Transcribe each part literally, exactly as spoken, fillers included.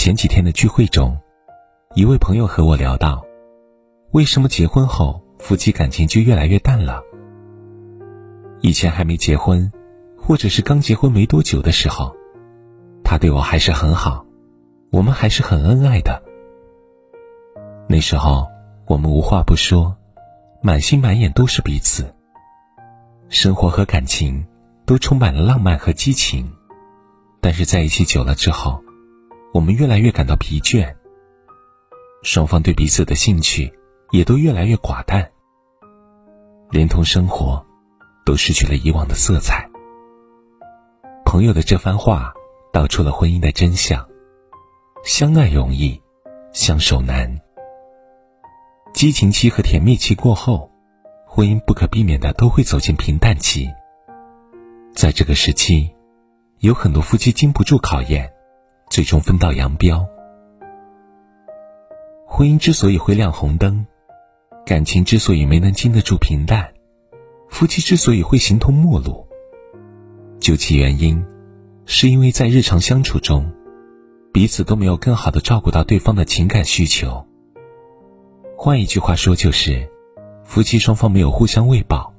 前几天的聚会中，一位朋友和我聊到，为什么结婚后夫妻感情就越来越淡了？以前还没结婚，或者是刚结婚没多久的时候，他对我还是很好，我们还是很恩爱的。那时候我们无话不说，满心满眼都是彼此，生活和感情都充满了浪漫和激情。但是在一起久了之后，我们越来越感到疲倦，双方对彼此的兴趣也都越来越寡淡，连同生活都失去了以往的色彩。朋友的这番话道出了婚姻的真相：相爱容易，相守难。激情期和甜蜜期过后，婚姻不可避免的都会走进平淡期。在这个时期，有很多夫妻经不住考验，最终分道扬镳。婚姻之所以会亮红灯，感情之所以没能经得住平淡，夫妻之所以会形同陌路，究其原因，是因为在日常相处中，彼此都没有更好地照顾到对方的情感需求。换一句话说，就是夫妻双方没有互相喂饱，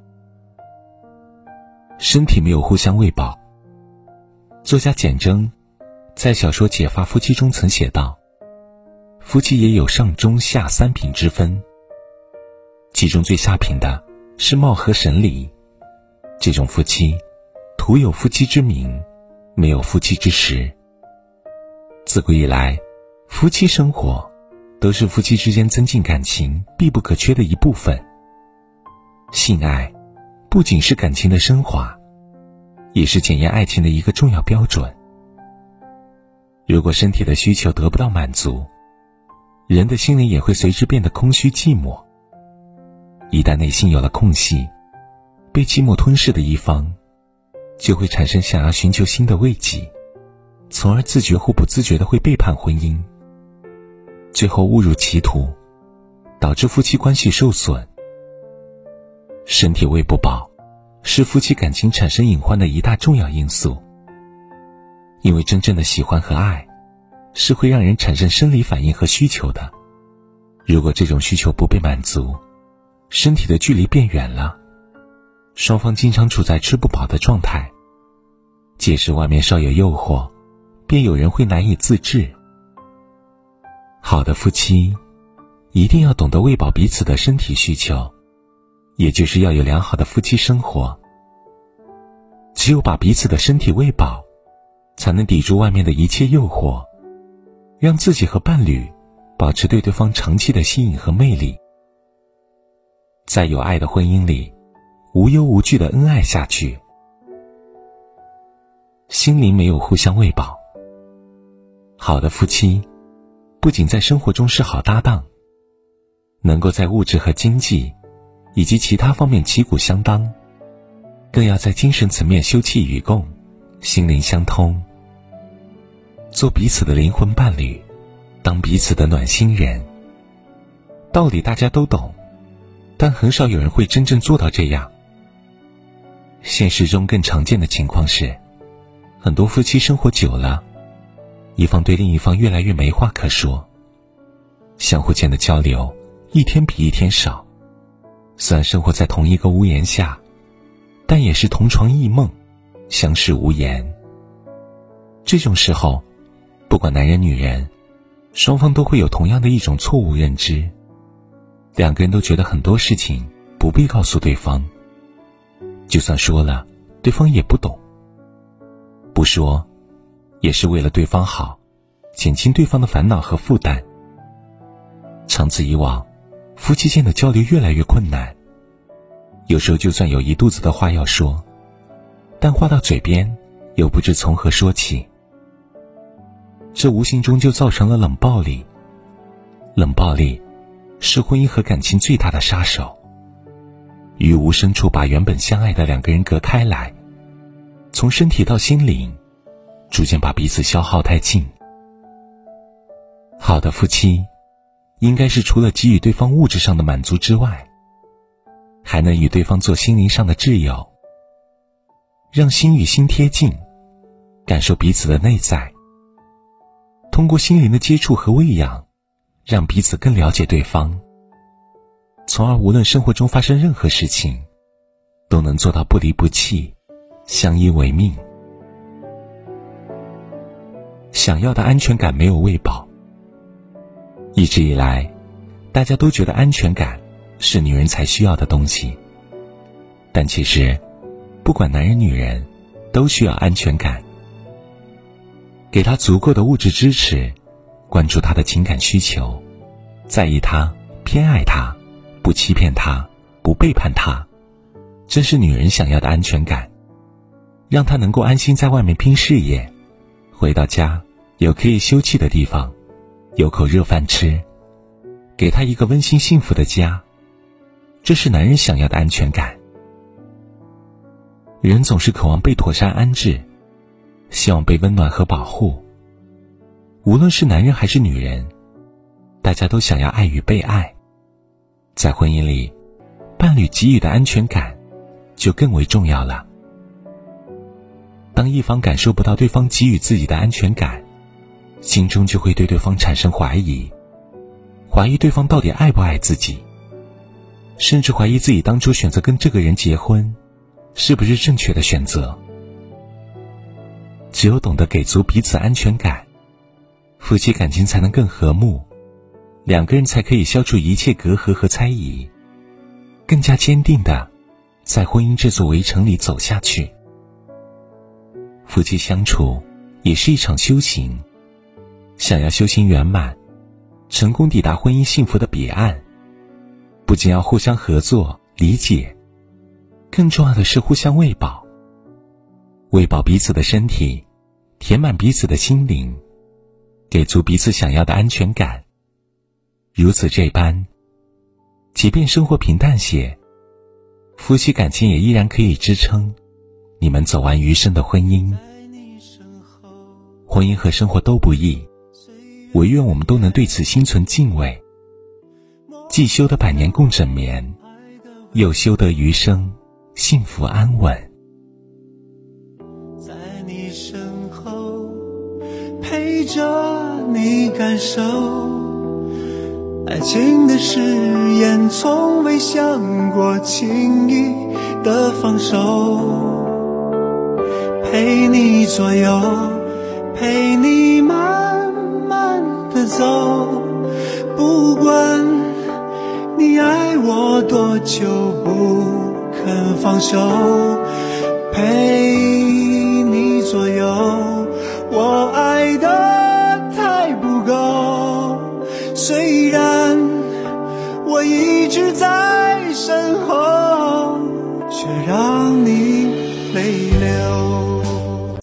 身体没有互相喂饱。作家简征在小说《解发夫妻》中曾写道，夫妻也有上中下三品之分，其中最下品的是貌合神离，这种夫妻徒有夫妻之名，没有夫妻之实。自古以来，夫妻生活都是夫妻之间增进感情必不可缺的一部分。性爱不仅是感情的升华，也是检验爱情的一个重要标准。如果身体的需求得不到满足，人的心灵也会随之变得空虚寂寞。一旦内心有了空隙，被寂寞吞噬的一方就会产生想要寻求新的慰藉，从而自觉或不自觉地会背叛婚姻，最后误入歧途，导致夫妻关系受损。身体喂不饱是夫妻感情产生隐患的一大重要因素，因为真正的喜欢和爱是会让人产生生理反应和需求的。如果这种需求不被满足，身体的距离变远了，双方经常处在吃不饱的状态，届时外面稍有诱惑，便有人会难以自制。好的夫妻一定要懂得喂饱彼此的身体需求，也就是要有良好的夫妻生活。只有把彼此的身体喂饱，才能抵住外面的一切诱惑，让自己和伴侣保持对对方长期的吸引和魅力。在有爱的婚姻里，无忧无惧的恩爱下去。心灵没有互相喂饱，好的夫妻不仅在生活中是好搭档，能够在物质和经济以及其他方面旗鼓相当，更要在精神层面休戚与共，心灵相通，做彼此的灵魂伴侣，当彼此的暖心人。道理大家都懂，但很少有人会真正做到这样。现实中更常见的情况是，很多夫妻生活久了，一方对另一方越来越没话可说，相互间的交流一天比一天少。虽然生活在同一个屋檐下，但也是同床异梦，相视无言。这种时候，不管男人女人，双方都会有同样的一种错误认知，两个人都觉得很多事情不必告诉对方，就算说了，对方也不懂。不说，也是为了对方好，减轻对方的烦恼和负担。长此以往，夫妻间的交流越来越困难。有时候就算有一肚子的话要说，但话到嘴边又不知从何说起，这无形中就造成了冷暴力。冷暴力是婚姻和感情最大的杀手，于无声处把原本相爱的两个人隔开来，从身体到心灵，逐渐把彼此消耗殆尽。好的夫妻应该是除了给予对方物质上的满足之外，还能与对方做心灵上的挚友，让心与心贴近，感受彼此的内在。 通过心灵的接触和喂养，让彼此更了解对方，从而无论生活中发生任何事情，都能做到不离不弃，相依为命。想要的安全感没有喂饱。一直以来，大家都觉得安全感是女人才需要的东西，但其实不管男人女人都需要安全感。给他足够的物质支持，关注他的情感需求，在意他，偏爱他，不欺骗他，不背叛他，这是女人想要的安全感。让他能够安心在外面拼事业，回到家有可以休憩的地方，有口热饭吃，给他一个温馨幸福的家，这是男人想要的安全感。人总是渴望被妥善安置，希望被温暖和保护。无论是男人还是女人，大家都想要爱与被爱。在婚姻里，伴侣给予的安全感就更为重要了。当一方感受不到对方给予自己的安全感，心中就会对对方产生怀疑，怀疑对方到底爱不爱自己，甚至怀疑自己当初选择跟这个人结婚是不是正确的选择。只有懂得给足彼此安全感，夫妻感情才能更和睦，两个人才可以消除一切隔阂和猜疑，更加坚定地在婚姻这座围城里走下去。夫妻相处也是一场修行，想要修行圆满，成功抵达婚姻幸福的彼岸，不仅要互相合作理解，更重要的是互相喂饱，喂饱彼此的身体，填满彼此的心灵，给足彼此想要的安全感。如此这般，即便生活平淡些，夫妻感情也依然可以支撑你们走完余生的婚姻。婚姻和生活都不易，唯愿我们都能对此心存敬畏，既修得百年共枕眠，又修得余生幸福安稳。 在你身后陪着你感受，爱情的誓言从未想过轻易的放手，陪你左右，陪你慢慢的走，不管你爱我多久不肯放手，陪你左右，我爱的太不够，虽然我一直在身后，却让你泪流。